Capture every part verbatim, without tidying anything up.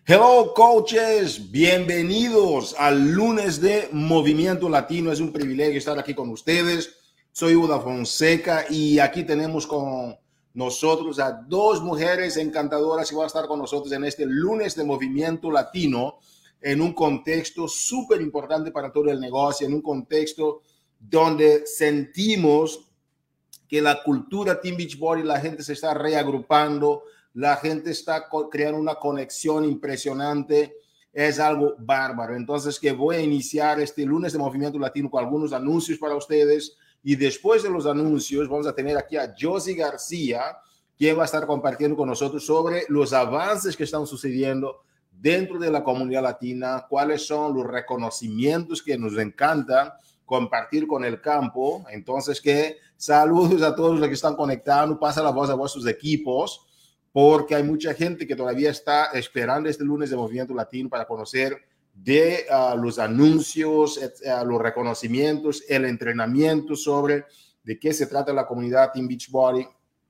Hello coaches, bienvenidos al lunes de Movimiento Latino. Es un privilegio estar aquí con ustedes. Soy Uda Fonseca y aquí tenemos con nosotros a dos mujeres encantadoras que van a estar con nosotros en este lunes de Movimiento Latino en un contexto súper importante para todo el negocio, en un contexto donde sentimos que la cultura Team Beachbody, la gente se está reagrupando, la gente está creando una conexión impresionante, es algo bárbaro. Entonces, que voy a iniciar este lunes de Movimiento Latino con algunos anuncios para ustedes y después de los anuncios vamos a tener aquí a Josie García, quien va a estar compartiendo con nosotros sobre los avances que están sucediendo dentro de la comunidad latina, cuáles son los reconocimientos que nos encantan compartir con el campo. Entonces, que saludos a todos los que están conectando, pasa la voz a vuestros equipos, porque hay mucha gente que todavía está esperando este lunes de Movimiento Latino para conocer de uh, los anuncios, uh, los reconocimientos, el entrenamiento sobre de qué se trata la comunidad Team Beachbody.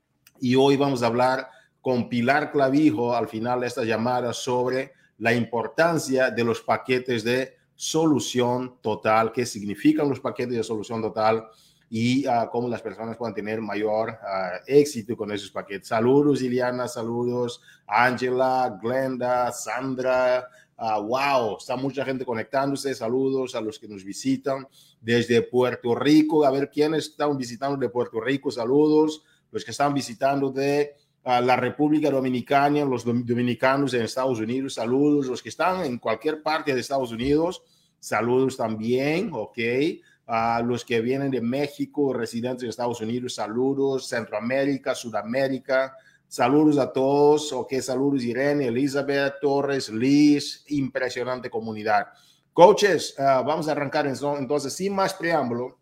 Y hoy vamos a hablar con Pilar Clavijo al final de esta llamada sobre la importancia de los paquetes de solución total, qué significan los paquetes de solución total y uh, cómo las personas pueden tener mayor uh, éxito con esos paquetes. Saludos, Iliana, saludos, Angela, Glenda, Sandra, uh, wow, está mucha gente conectándose. Saludos a los que nos visitan desde Puerto Rico, a ver quiénes están visitando de Puerto Rico, saludos, los que están visitando de uh, la República Dominicana, los dominicanos en Estados Unidos, saludos, los que están en cualquier parte de Estados Unidos, saludos también, ok. A uh, los que vienen de México, residentes de Estados Unidos, saludos, Centroamérica, Sudamérica, saludos a todos, ok, saludos Irene, Elizabeth, Torres, Liz, impresionante comunidad. Coaches, uh, vamos a arrancar entonces, sin más preámbulo,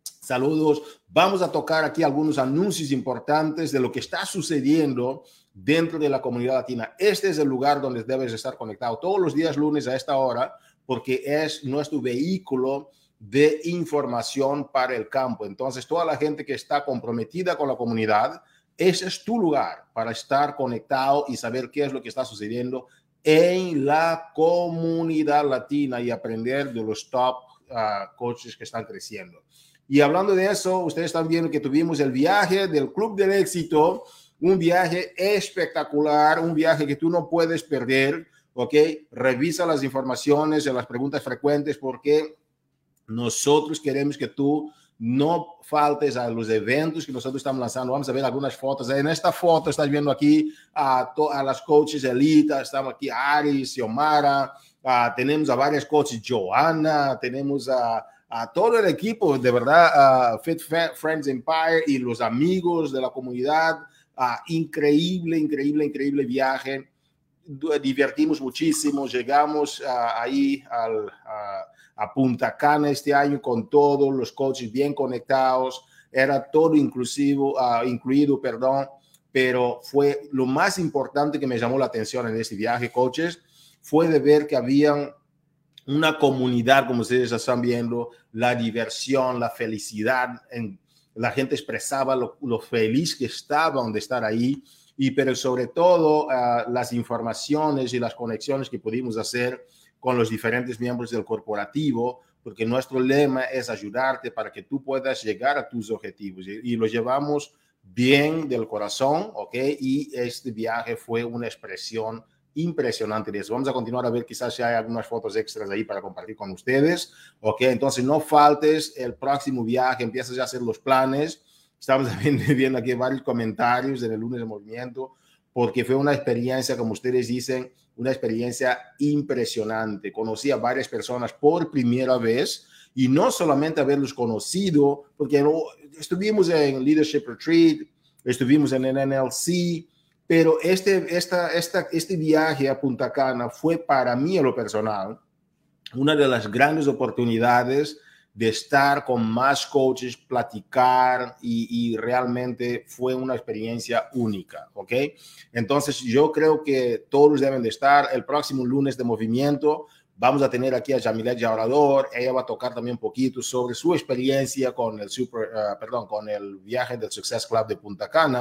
saludos, vamos a tocar aquí algunos anuncios importantes de lo que está sucediendo dentro de la comunidad latina. Este es el lugar donde debes estar conectado todos los días lunes a esta hora, porque es nuestro vehículo de información para el campo. Entonces, toda la gente que está comprometida con la comunidad, ese es tu lugar para estar conectado y saber qué es lo que está sucediendo en la comunidad latina y aprender de los top uh, coaches que están creciendo. Y hablando de eso, ustedes están viendo que tuvimos el viaje del Club del Éxito, un viaje espectacular, un viaje que tú no puedes perder, ¿ok? Revisa las informaciones en las preguntas frecuentes porque nosotros queremos que tú no faltes a los eventos que nosotros estamos lanzando. Vamos a ver algunas fotos. En esta foto estás viendo aquí a, a las coaches elite. Estamos aquí Ari, Xiomara. Uh, tenemos a varias coaches, Joana. Tenemos a, a todo el equipo, de verdad, uh, Fit Friends Empire y los amigos de la comunidad. Uh, increíble, increíble, increíble viaje. Divertimos muchísimo. Llegamos uh, ahí al... Uh, a Punta Cana este año con todos los coaches bien conectados, era todo inclusivo, uh, incluido, perdón, pero fue lo más importante que me llamó la atención en este viaje, coaches, fue de ver que había una comunidad, como ustedes están viendo, la diversión, la felicidad, en, la gente expresaba lo, lo feliz que estaban de estar ahí, y pero sobre todo uh, las informaciones y las conexiones que pudimos hacer con los diferentes miembros del corporativo, porque nuestro lema es ayudarte para que tú puedas llegar a tus objetivos y, y lo llevamos bien del corazón, ¿ok? Y este viaje fue una expresión impresionante de eso. Vamos a continuar a ver quizás si hay algunas fotos extras ahí para compartir con ustedes, ¿ok? Entonces no faltes el próximo viaje, empiezas ya a hacer los planes. Estamos viendo aquí varios comentarios en el lunes de movimiento, porque fue una experiencia, como ustedes dicen, una experiencia impresionante. Conocí a varias personas por primera vez y no solamente haberlos conocido, porque no, estuvimos en Leadership Retreat, estuvimos en el N L C, pero este, esta, esta, este viaje a Punta Cana fue para mí, a lo personal, una de las grandes oportunidades de estar con más coaches, platicar y, y realmente fue una experiencia única, ¿ok? Entonces yo creo que todos deben de estar. El próximo lunes de movimiento vamos a tener aquí a Jamilet Llaurador. Ella va a tocar también un poquito sobre su experiencia con el, super, uh, perdón, con el viaje del Success Club de Punta Cana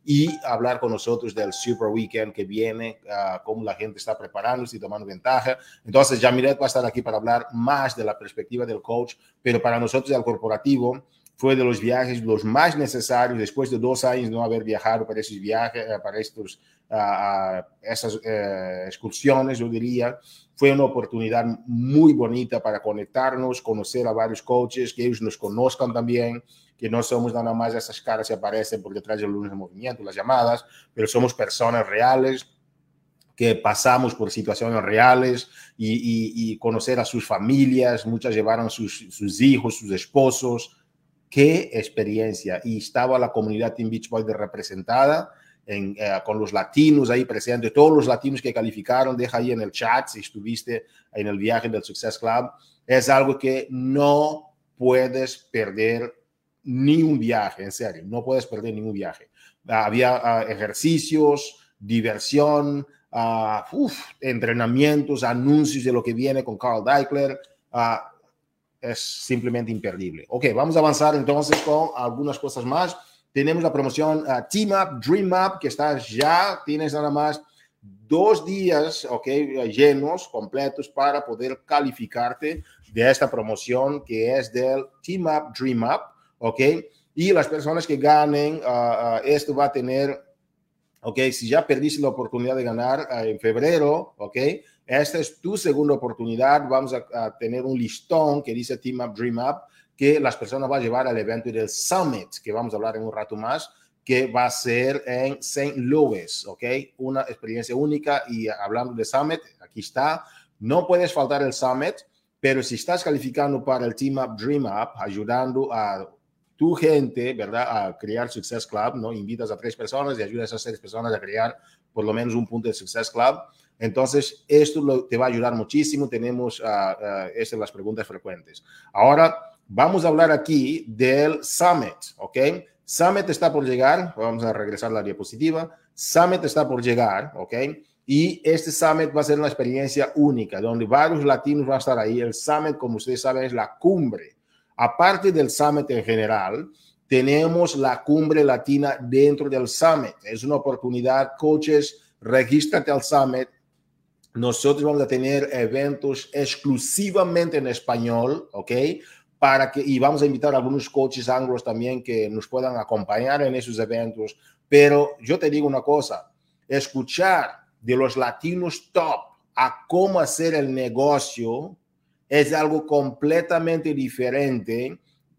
y hablar con nosotros del Super Weekend que viene, uh, cómo la gente está preparándose y tomando ventaja. Entonces, Yamilet va a estar aquí para hablar más de la perspectiva del coach, pero para nosotros del corporativo fue de los viajes los más necesarios después de dos años no haber viajado para esos viajes, para estos, uh, esas uh, excursiones, yo diría. Fue una oportunidad muy bonita para conectarnos, conocer a varios coaches, que ellos nos conozcan también, que no somos nada más esas caras que aparecen por detrás del lunes de movimiento, las llamadas, pero somos personas reales que pasamos por situaciones reales y, y, y conocer a sus familias. Muchas llevaron sus, sus hijos, sus esposos. Qué experiencia. Y estaba la comunidad Team Beachbody representada en, eh, con los latinos ahí presentes, todos los latinos que calificaron. Deja ahí en el chat si estuviste en el viaje del Success Club. Es algo que no puedes perder ni un viaje, en serio, no puedes perder ningún viaje. Uh, había uh, ejercicios, diversión, uh, uf, entrenamientos, anuncios de lo que viene con Carl Daikeler. Uh, es simplemente imperdible. Ok, vamos a avanzar entonces con algunas cosas más. Tenemos la promoción uh, Team Up, Dream Up, que está ya, tienes nada más dos días, ok, llenos, completos para poder calificarte de esta promoción que es del Team Up, Dream Up, ok. Y las personas que ganen, uh, uh, esto va a tener, ok, si ya perdiste la oportunidad de ganar uh, en febrero, ok, esta es tu segunda oportunidad. Vamos a, a tener un listón que dice Team Up, Dream Up, que las personas van a llevar al evento del Summit, que vamos a hablar en un rato más, que va a ser en Saint Louis, ¿ok? Una experiencia única. Y hablando de Summit, aquí está. No puedes faltar el Summit, pero si estás calificando para el Team Up, Dream Up, ayudando a tu gente, ¿verdad?, a crear Success Club, ¿no? Invitas a tres personas y ayudas a esas tres personas a crear por lo menos un punto de Success Club. Entonces, esto lo, te va a ayudar muchísimo. Tenemos uh, uh, estas son las preguntas frecuentes. Ahora, vamos a hablar aquí del Summit, ¿ok? Summit está por llegar. Vamos a regresar a la diapositiva. Summit está por llegar, ¿ok? Y este Summit va a ser una experiencia única, donde varios latinos van a estar ahí. El Summit, como ustedes saben, es la cumbre. Aparte del Summit en general, tenemos la cumbre latina dentro del Summit. Es una oportunidad, coaches, regístrate al Summit. Nosotros vamos a tener eventos exclusivamente en español, ¿ok? Para que, y vamos a invitar a algunos coaches anglos también que nos puedan acompañar en esos eventos. Pero yo te digo una cosa, escuchar de los latinos top a cómo hacer el negocio es algo completamente diferente.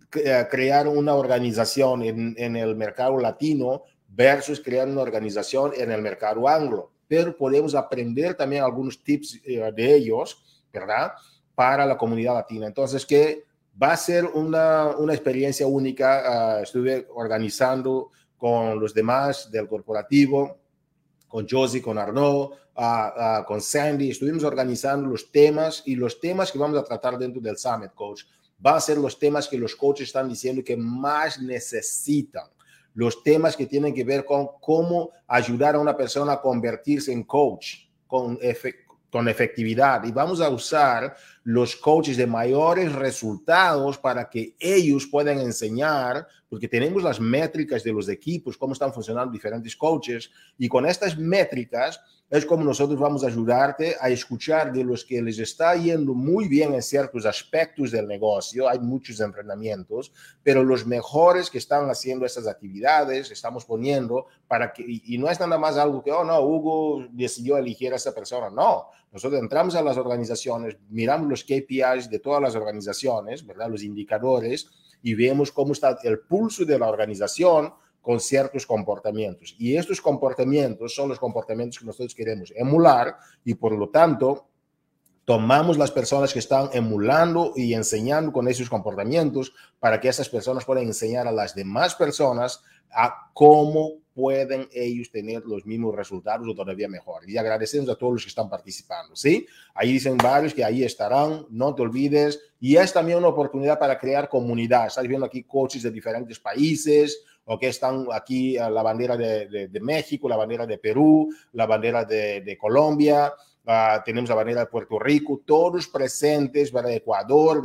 Crear una organización en, en el mercado latino versus crear una organización en el mercado anglo. Pero podemos aprender también algunos tips eh, de ellos, ¿verdad?, para la comunidad latina. Entonces, que va a ser una, una experiencia única. Uh, estuve organizando con los demás del corporativo, con Josie, con Arnaud, uh, uh, con Sandy. Estuvimos organizando los temas y los temas que vamos a tratar dentro del Summit, Coach, van a ser los temas que los coaches están diciendo que más necesitan. Los temas que tienen que ver con cómo ayudar a una persona a convertirse en coach con, efe, con efectividad. Y vamos a usar los coaches de mayores resultados para que ellos puedan enseñar, porque tenemos las métricas de los equipos, cómo están funcionando diferentes coaches. Y con estas métricas es como nosotros vamos a ayudarte a escuchar de los que les está yendo muy bien en ciertos aspectos del negocio. Hay muchos entrenamientos, pero los mejores que están haciendo estas actividades estamos poniendo para que, y, y no es nada más algo que, oh no, Hugo decidió elegir a esa persona. No, nosotros entramos a las organizaciones, miramos los K P Is de todas las organizaciones, ¿verdad?, los indicadores, y vemos cómo está el pulso de la organización con ciertos comportamientos. Y estos comportamientos son los comportamientos que nosotros queremos emular y, por lo tanto, tomamos las personas que están emulando y enseñando con esos comportamientos para que esas personas puedan enseñar a las demás personas a cómo pueden ellos tener los mismos resultados o todavía mejor. Y agradecemos a todos los que están participando, ¿sí? Ahí dicen varios que ahí estarán, no te olvides. Y es también una oportunidad para crear comunidad. Estás viendo aquí coaches de diferentes países, o que están aquí la bandera de, de, de México, la bandera de Perú, la bandera de, de Colombia, uh, tenemos la bandera de Puerto Rico, todos presentes, ¿verdad?, Ecuador, la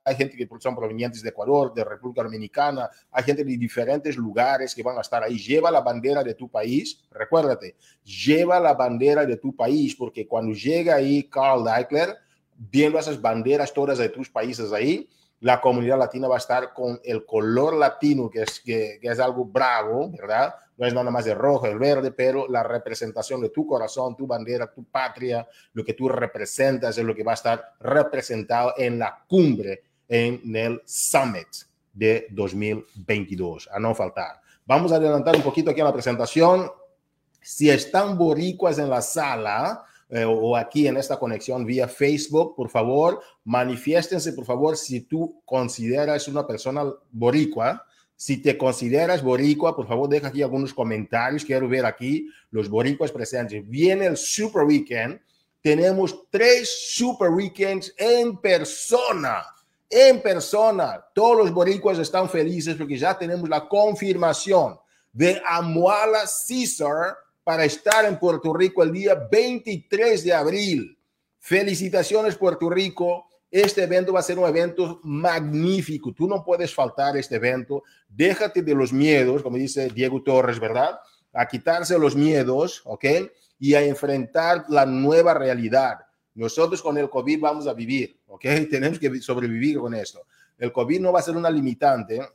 hay gente que son provenientes de Ecuador, de República Dominicana, hay gente de diferentes lugares que van a estar ahí. Lleva la bandera de tu país, recuérdate, lleva la bandera de tu país, porque cuando llega ahí Carl Daikeler, viendo esas banderas todas de tus países ahí, la comunidad latina va a estar con el color latino, que es, que, que es algo bravo, ¿verdad? No es nada más el rojo, el verde, pero la representación de tu corazón, tu bandera, tu patria, lo que tú representas es lo que va a estar representado en la cumbre, en el Summit de dos mil veintidós, a no faltar. Vamos a adelantar un poquito aquí a la presentación. Si están boricuas en la sala, Eh, o aquí en esta conexión vía Facebook, por favor, manifiéstense, por favor, si tú consideras una persona boricua. Si te consideras boricua, por favor, deja aquí algunos comentarios. Quiero ver aquí los boricuas presentes. Viene el Super Weekend. Tenemos tres Super Weekends en persona. En persona. Todos los boricuas están felices porque ya tenemos la confirmación de Amuala César para estar en Puerto Rico el día veintitrés de abril. Felicitaciones, Puerto Rico. Este evento va a ser un evento magnífico. Tú no puedes faltar a este evento. Déjate de los miedos, como dice Diego Torres, ¿verdad? A quitarse los miedos, ¿ok? Y a enfrentar la nueva realidad. Nosotros con el COVID vamos a vivir, ¿ok? Tenemos que sobrevivir con esto. El COVID no va a ser una limitante.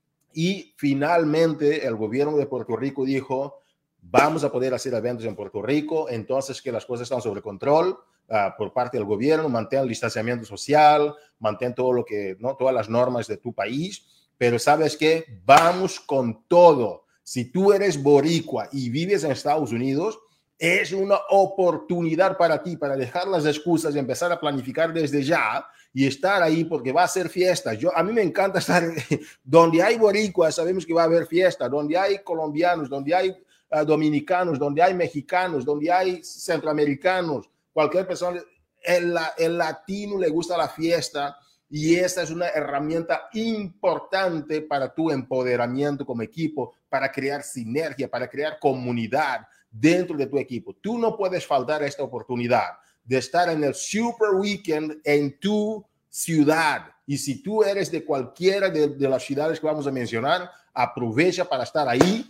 Y finalmente el gobierno de Puerto Rico dijo: vamos a poder hacer eventos en Puerto Rico, entonces que las cosas están sobre control uh, por parte del gobierno, mantén el distanciamiento social, mantén todo lo que, ¿no? Todas las normas de tu país, pero ¿sabes qué? Vamos con todo. Si tú eres boricua y vives en Estados Unidos, es una oportunidad para ti, para dejar las excusas y empezar a planificar desde ya y estar ahí, porque va a ser fiesta. Yo, a mí me encanta estar donde hay boricuas, sabemos que va a haber fiesta, donde hay colombianos, donde hay Uh, dominicanos, donde hay mexicanos, donde hay centroamericanos, cualquier persona, el, el latino le gusta la fiesta y esta es una herramienta importante para tu empoderamiento como equipo, para crear sinergia, para crear comunidad dentro de tu equipo. Tú no puedes faltar a esta oportunidad de estar en el Super Weekend en tu ciudad. Y si tú eres de cualquiera de, de las ciudades que vamos a mencionar, aprovecha para estar ahí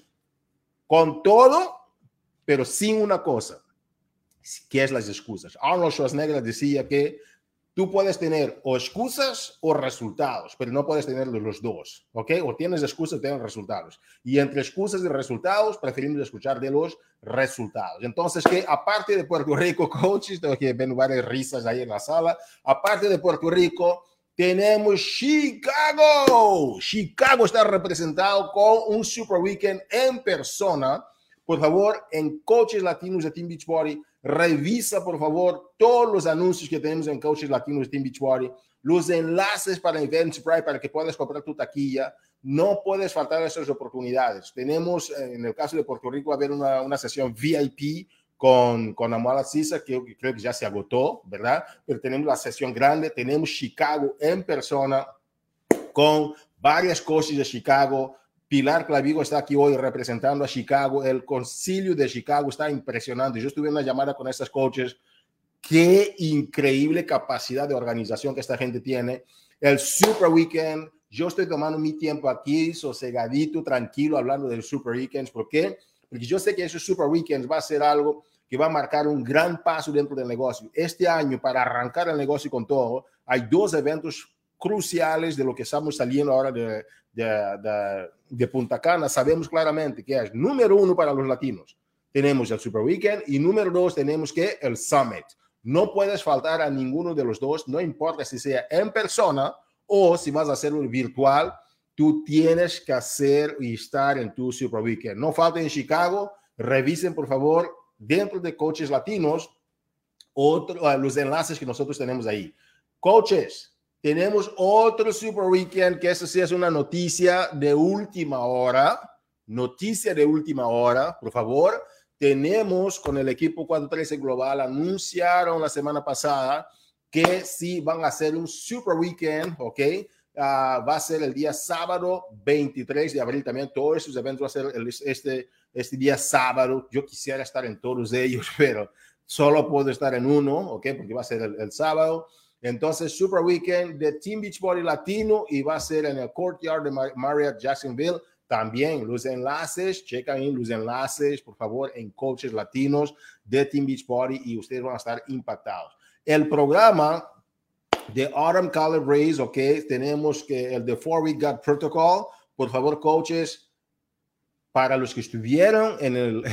con todo, pero sin una cosa, que es las excusas. Arnold Schwarzenegger decía que tú puedes tener o excusas o resultados, pero no puedes tener los dos, ¿ok? O tienes excusas o tienes resultados. Y entre excusas y resultados, preferimos escuchar de los resultados. Entonces, que aparte de Puerto Rico, coaches, tengo que ver varias risas ahí en la sala, aparte de Puerto Rico, tenemos Chicago. Chicago está representado con un Super Weekend en persona. Por favor, en Coaches Latinos de Team Beachbody, revisa, por favor, todos los anuncios que tenemos en Coaches Latinos de Team Beachbody, los enlaces para Eventbrite para que puedas comprar tu taquilla. No puedes faltar a esas oportunidades. Tenemos, en el caso de Puerto Rico, va a haber una, una sesión V I P con, con Amuala César, que creo que ya se agotó, ¿verdad? Pero tenemos la sesión grande, tenemos Chicago en persona con varias coaches de Chicago. Pilar Clavigo está aquí hoy representando a Chicago. El concilio de Chicago está impresionante. Yo estuve en una llamada con estas coaches. Qué increíble capacidad de organización que esta gente tiene. El Super Weekend. Yo estoy tomando mi tiempo aquí, sosegadito, tranquilo, hablando del Super Weekends. ¿Por qué? Porque yo sé que ese Super Weekends va a ser algo que va a marcar un gran paso dentro del negocio. Este año, para arrancar el negocio con todo, hay dos eventos cruciales de lo que estamos saliendo ahora de, de, de, de Punta Cana. Sabemos claramente que es, número uno, para los latinos, tenemos el Super Weekend, y número dos, tenemos que el Summit. No puedes faltar a ninguno de los dos, no importa si sea en persona o si vas a hacerlo virtual. Tú tienes que hacer y estar en tu Super Weekend. No falten en Chicago. Revisen, por favor, dentro de Coaches Latinos, otro, uh, los enlaces que nosotros tenemos ahí. Coaches, tenemos otro Super Weekend, que eso sí es una noticia de última hora. Noticia de última hora, por favor. Tenemos con el equipo cuatro trece Global, anunciaron la semana pasada que sí van a hacer un Super Weekend, ¿ok? Uh, va a ser el día sábado veintitrés de abril también. Todos esos eventos va a ser el, este, este día sábado. Yo quisiera estar en todos ellos, pero solo puedo estar en uno, ¿ok? Porque va a ser el, el sábado. Entonces, Super Weekend de Team Beachbody Latino y va a ser en el Courtyard de Marriott Jacksonville. También los enlaces, checan en los enlaces, por favor, en coaches latinos de Team Beachbody y ustedes van a estar impactados. El programa de Autumn College Race, ok, tenemos que el de Four Week Gut Protocol. Por favor, coaches, para los que estuvieron en, el,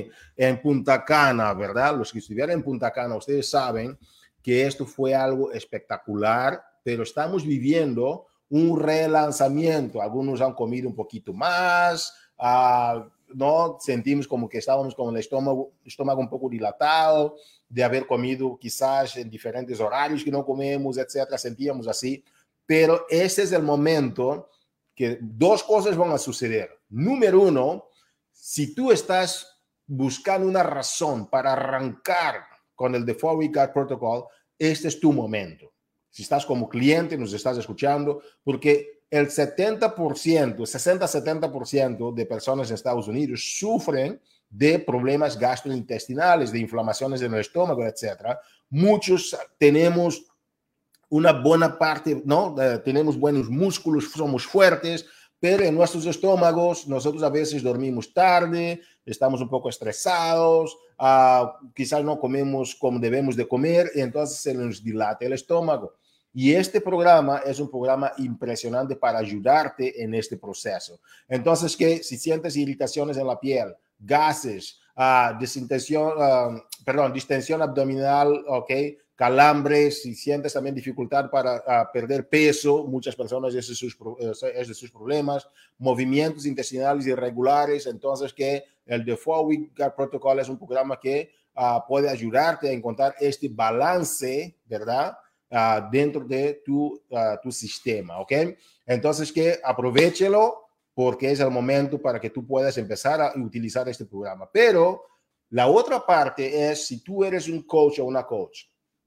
en Punta Cana, ¿verdad? Los que estuvieron en Punta Cana, ustedes saben que esto fue algo espectacular, pero estamos viviendo un relanzamiento. Algunos han comido un poquito más, uh, ¿no? Sentimos como que estábamos con el estómago, estómago un poco dilatado, de haber comido quizás en diferentes horarios que no comemos, etcétera. Sentíamos así, pero ese es el momento que dos cosas van a suceder. Número uno, si tú estás buscando una razón para arrancar con el The Four Week Gut Protocol, este es tu momento. Si estás como cliente, nos estás escuchando, porque el setenta por ciento, sesenta a setenta por ciento de personas en Estados Unidos sufren de problemas gastrointestinales, de inflamaciones en el estómago, etcétera. Muchos tenemos una buena parte, ¿no? Uh, tenemos buenos músculos, somos fuertes, pero en nuestros estómagos nosotros a veces dormimos tarde, estamos un poco estresados, uh, quizás no comemos como debemos de comer y entonces se nos dilata el estómago. Y este programa es un programa impresionante para ayudarte en este proceso. Entonces, que si sientes irritaciones en la piel, gases, uh, distensión, uh, perdón, distensión abdominal, ok, calambres, si sientes también dificultad para uh, perder peso, muchas personas ese es, sus, es de sus problemas, movimientos intestinales irregulares, entonces que el The Four Week Gut Protocol es un programa que uh, puede ayudarte a encontrar este balance, ¿verdad? Uh, dentro de tu, uh, tu sistema, ¿ok? Entonces que aprovechelo porque es el momento para que tú puedas empezar a utilizar este programa. Pero la otra parte es si tú eres un coach o una coach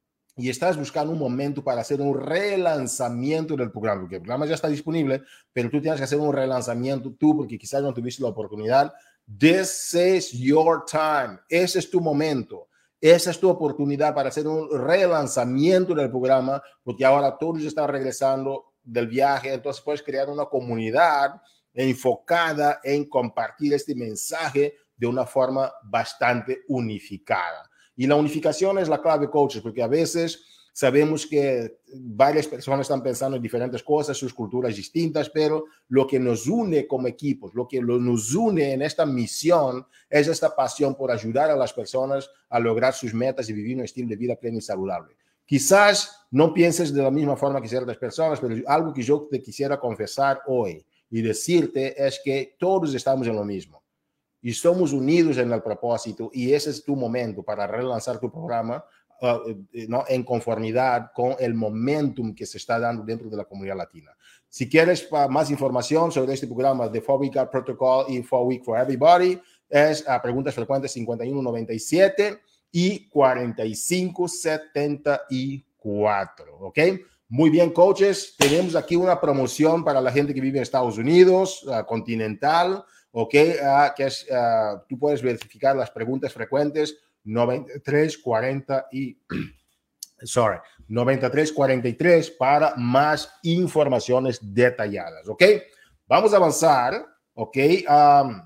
y estás buscando un momento para hacer un relanzamiento del programa, porque el programa ya está disponible, pero tú tienes que hacer un relanzamiento tú porque quizás no tuviste la oportunidad. This is your time. Ese es tu momento. Esa es tu oportunidad para hacer un relanzamiento del programa, porque ahora todos están regresando del viaje, entonces puedes crear una comunidad enfocada en compartir este mensaje de una forma bastante unificada. Y la unificación es la clave, coaches, porque a veces sabemos que varias personas están pensando en diferentes cosas, sus culturas distintas, pero lo que nos une como equipos, lo que nos une en esta misión es esta pasión por ayudar a las personas a lograr sus metas y vivir un estilo de vida pleno y saludable. Quizás no pienses de la misma forma que ciertas personas, pero algo que yo te quisiera confesar hoy y decirte es que todos estamos en lo mismo y somos unidos en el propósito y ese es tu momento para relanzar tu programa uh, ¿no? en conformidad con el momentum que se está dando dentro de la comunidad latina. Si quieres uh, más información sobre este programa de Four Week Gut Protocol y Four Week for Everybody, es uh, preguntas frecuentes cincuenta y uno noventa y siete y cuarenta y cinco setenta y cuatro, ¿ok? Muy bien, coaches, tenemos aquí una promoción para la gente que vive en Estados Unidos, uh, continental, ¿ok? Uh, que es, uh, tú puedes verificar las preguntas frecuentes noventa y tres cuarenta y sorry, noventa y tres cuarenta y tres para más informaciones detalladas, ¿ok? Vamos a avanzar, ¿ok? Um,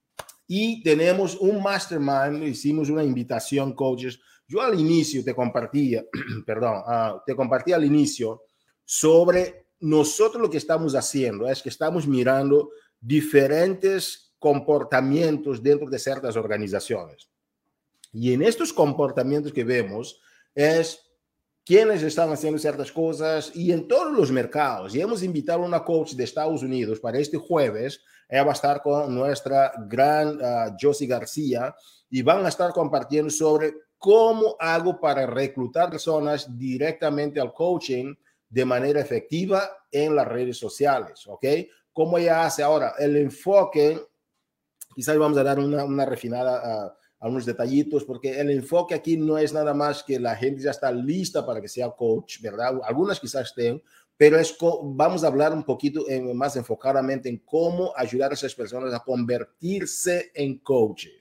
y tenemos un mastermind, hicimos una invitación, coaches. Yo al inicio te compartía, perdón, uh, te compartí al inicio sobre nosotros lo que estamos haciendo, es que estamos mirando diferentes comportamientos dentro de ciertas organizaciones. Y en estos comportamientos que vemos es quienes están haciendo ciertas cosas y en todos los mercados. Y hemos invitado a una coach de Estados Unidos para este jueves. Ella va a estar con nuestra gran uh, Josie García y van a estar compartiendo sobre cómo hago para reclutar personas directamente al coaching de manera efectiva en las redes sociales, ¿ok? ¿Cómo ella hace ahora? El enfoque, quizás vamos a dar una, una refinada... Uh, algunos detallitos, porque el enfoque aquí no es nada más que la gente ya está lista para que sea coach, ¿verdad? Algunas quizás estén, pero es vamos a hablar un poquito en, más enfocadamente en cómo ayudar a esas personas a convertirse en coaches,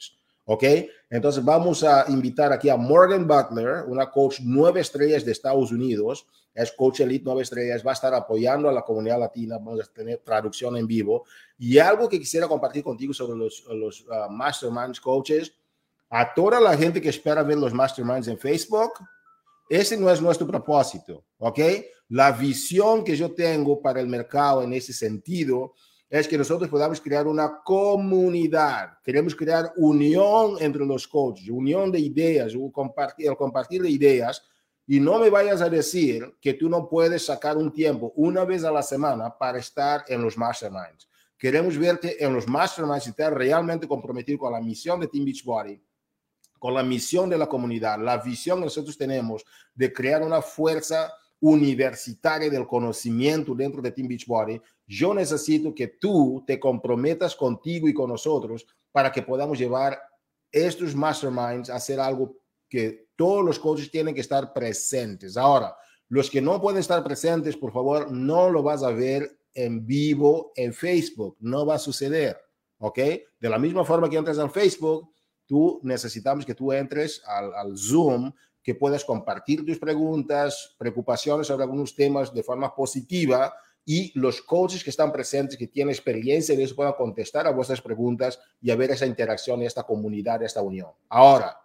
¿ok? Entonces vamos a invitar aquí a Morgan Butler, una coach nueve estrellas de Estados Unidos, es coach elite nueve estrellas, va a estar apoyando a la comunidad latina, vamos a tener traducción en vivo. Y algo que quisiera compartir contigo sobre los, los uh, Masterminds coaches, a toda la gente que espera ver los Masterminds en Facebook, ese no es nuestro propósito, ¿ok? La visión que yo tengo para el mercado en ese sentido es que nosotros podamos crear una comunidad. Queremos crear unión entre los coaches, unión de ideas, compartir, el compartir de ideas. Y no me vayas a decir que tú no puedes sacar un tiempo una vez a la semana para estar en los Masterminds. Queremos verte en los Masterminds y estar realmente comprometido con la misión de Team Beachbody, con la misión de la comunidad, la visión que nosotros tenemos de crear una fuerza universitaria del conocimiento dentro de Team Beachbody. Yo necesito que tú te comprometas contigo y con nosotros para que podamos llevar estos Masterminds a hacer algo que todos los coaches tienen que estar presentes. Ahora, los que no pueden estar presentes, por favor, no lo vas a ver en vivo en Facebook. No va a suceder, ¿ok? De la misma forma que entras en Facebook, tú necesitamos que tú entres al, al Zoom, que puedas compartir tus preguntas, preocupaciones sobre algunos temas de forma positiva y los coaches que están presentes, que tienen experiencia en eso, puedan contestar a vuestras preguntas y haber esa interacción, esta comunidad, esta unión. Ahora,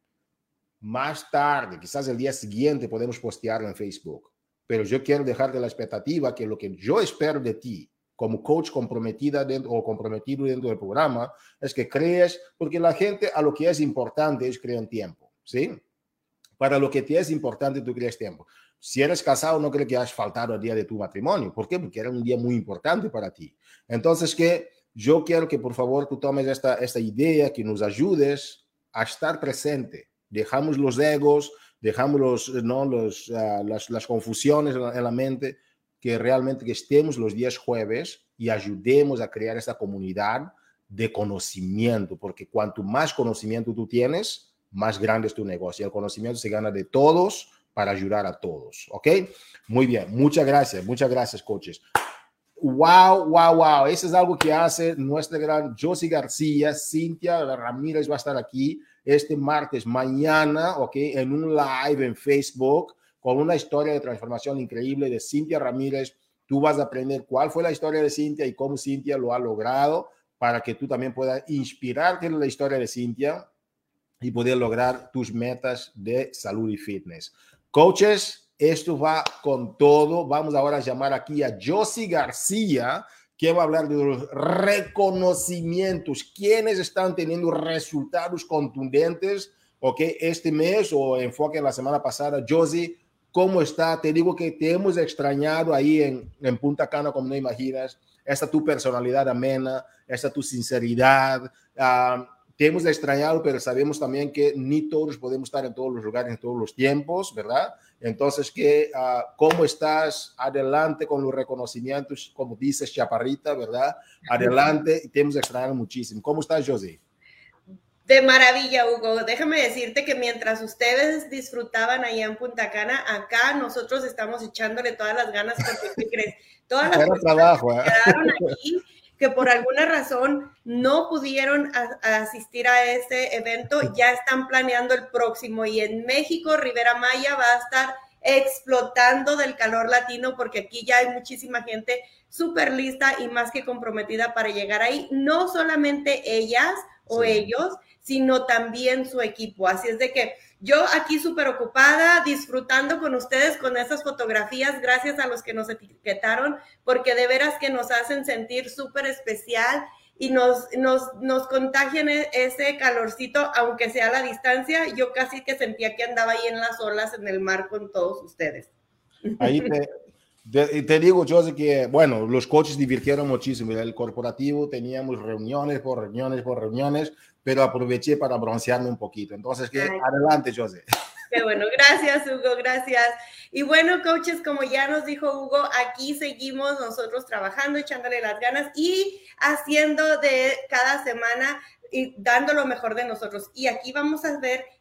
más tarde, quizás el día siguiente, podemos postearlo en Facebook, pero yo quiero dejarte la expectativa que lo que yo espero de ti como coach comprometida dentro, o comprometido dentro del programa es que crees, porque la gente a lo que es importante es crear tiempo, ¿sí? Para lo que te es importante, tú creas tiempo. Si eres casado, no creo que hayas faltado al día de tu matrimonio. ¿Por qué? Porque era un día muy importante para ti. Entonces, que yo quiero que por favor tú tomes esta, esta idea, que nos ayudes a estar presente. Dejamos los egos, dejamos los, ¿no? los, uh, las, las confusiones en la, en la mente, que realmente que estemos los días jueves y ayudemos a crear esta comunidad de conocimiento, porque cuanto más conocimiento tú tienes, más grande es tu negocio. El conocimiento se gana de todos para ayudar a todos, ¿ok? Muy bien, muchas gracias, muchas gracias, coaches. Wow, wow, wow. Eso es algo que hace nuestra gran Josie García. Cintia Ramírez va a estar aquí este martes, mañana, ¿ok? En un live en Facebook con una historia de transformación increíble de Cintia Ramírez. Tú vas a aprender cuál fue la historia de Cintia y cómo Cintia lo ha logrado para que tú también puedas inspirarte en la historia de Cintia y poder lograr tus metas de salud y fitness. Coaches, esto va con todo. Vamos ahora a llamar aquí a Josie García, que va a hablar de los reconocimientos. ¿Quiénes están teniendo resultados contundentes? Ok, este mes o enfoque en la semana pasada. Josie, ¿cómo está? Te digo que te hemos extrañado ahí en, en Punta Cana, como no imaginas. Esta tu personalidad amena, esta tu sinceridad. Uh, Te hemos extrañado, pero sabemos también que ni todos podemos estar en todos los lugares, en todos los tiempos, ¿verdad? Entonces, que, uh, ¿cómo estás? Adelante con los reconocimientos, como dices, chaparrita, ¿verdad? Adelante, y te hemos extrañado muchísimo. ¿Cómo estás, Josie? De maravilla, Hugo. Déjame decirte que mientras ustedes disfrutaban allá en Punta Cana, acá nosotros estamos echándole todas las ganas, porque, ¿qué crees? Todas las personas trabajo, ¿eh? que quedaron aquí, que por alguna razón no pudieron a, a asistir a ese evento, ya están planeando el próximo. Y en México, Rivera Maya va a estar explotando del calor latino, porque aquí ya hay muchísima gente súper lista y más que comprometida para llegar ahí. No solamente ellas o sí. ellos, sino también su equipo. Así es de que yo aquí súper ocupada, disfrutando con ustedes con esas fotografías, gracias a los que nos etiquetaron, porque de veras que nos hacen sentir súper especial y nos, nos, nos contagian ese calorcito, aunque sea a la distancia. Yo casi que sentía que andaba ahí en las olas en el mar con todos ustedes. Ahí te, te, te digo, Josie, que bueno, los coaches divirtieron muchísimo. El corporativo teníamos reuniones por reuniones por reuniones, pero aproveché para broncearme un poquito. Entonces, que Ay. Adelante, Josie. Qué bueno, gracias, Hugo, gracias. Y bueno, coaches, como ya nos dijo Hugo, aquí seguimos nosotros trabajando, echándole las ganas y haciendo de cada semana y dando lo mejor de nosotros. Y aquí vamos a ver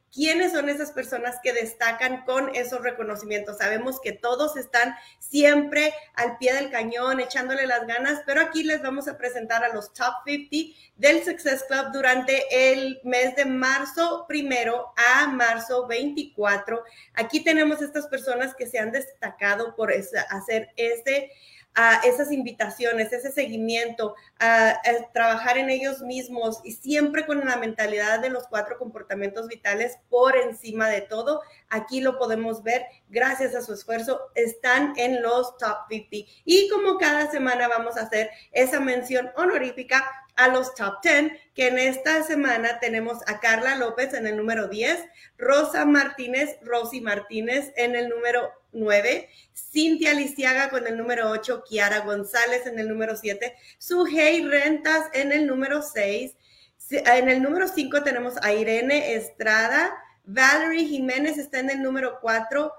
quiénes son esas personas que destacan con esos reconocimientos. Sabemos que todos están siempre al pie del cañón, echándole las ganas, pero aquí les vamos a presentar a los top cincuenta del Success Club durante el mes de marzo primero a marzo veinticuatro. Aquí tenemos estas personas que se han destacado por esa, hacer ese... a esas invitaciones, ese seguimiento, a, a trabajar en ellos mismos y siempre con la mentalidad de los cuatro comportamientos vitales por encima de todo. Aquí lo podemos ver, gracias a su esfuerzo, están en los top cincuenta. Y como cada semana vamos a hacer esa mención honorífica a los top diez, que en esta semana tenemos a Carla López en el número diez, Rosa Martínez, Rosy Martínez en el número nueve, Cintia Lisiaga con el número ocho, Kiara González en el número siete, Sujei Rentas en el número seis, en el número cinco tenemos a Irene Estrada, Valerie Jiménez está en el número cuatro,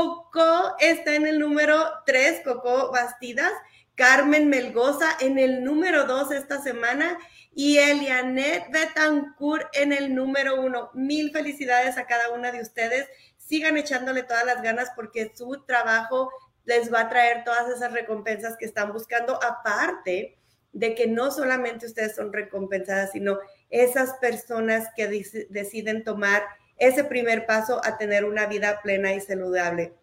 Coco está en el número tres, Coco Bastidas, Carmen Melgoza en el número dos esta semana y Elianet Betancourt en el número uno. Mil felicidades a cada una de ustedes. Sigan echándole todas las ganas porque su trabajo les va a traer todas esas recompensas que están buscando, aparte de que no solamente ustedes son recompensadas, sino esas personas que deciden tomar ese primer paso a tener una vida plena y saludable.